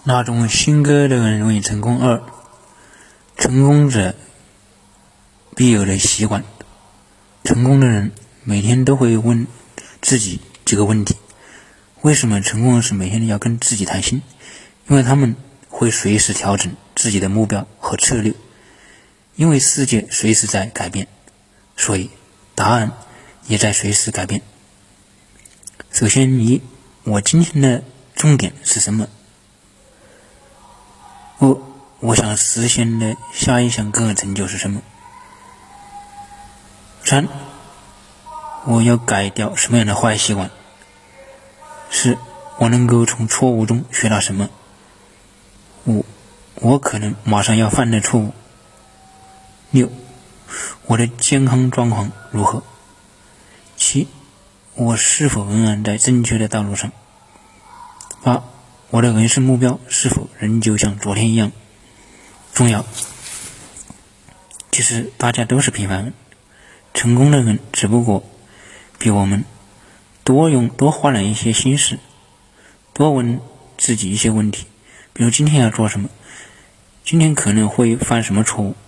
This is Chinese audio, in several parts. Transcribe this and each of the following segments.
那种性格的人容易成功。二，成功者必有的习惯。成功的人每天都会问自己几个问题：为什么成功人士每天都要跟自己谈心？因为他们会随时调整自己的目标和策略，因为世界随时在改变，所以答案也在随时改变。首先，我今天的重点是什么？我想实现的下一项个人成就是什么？三，我要改掉什么样的坏习惯？四，我能够从错误中学到什么？五，我可能马上要犯的错误。六，我的健康状况如何？七，我是否仍然在正确的道路上？八，我的人生目标是否仍旧像昨天一样重要？其实大家都是平凡人，成功的人只不过比我们多花了一些心思，多问自己一些问题，比如今天要做什么，今天可能会犯什么错误，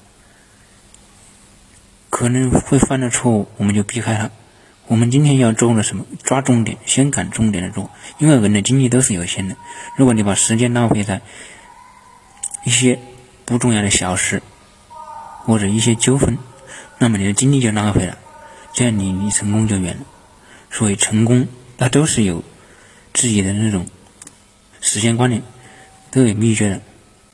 可能会犯的错误我们就避开它。我们今天要做的什么，抓重点，先赶重点的做，因为人的精力都是有限的。如果你把时间浪费在一些不重要的小事或者一些纠纷，那么你的精力就浪费了，这样你离成功就远了。所以成功它都是有自己的那种时间观念，都有秘诀的。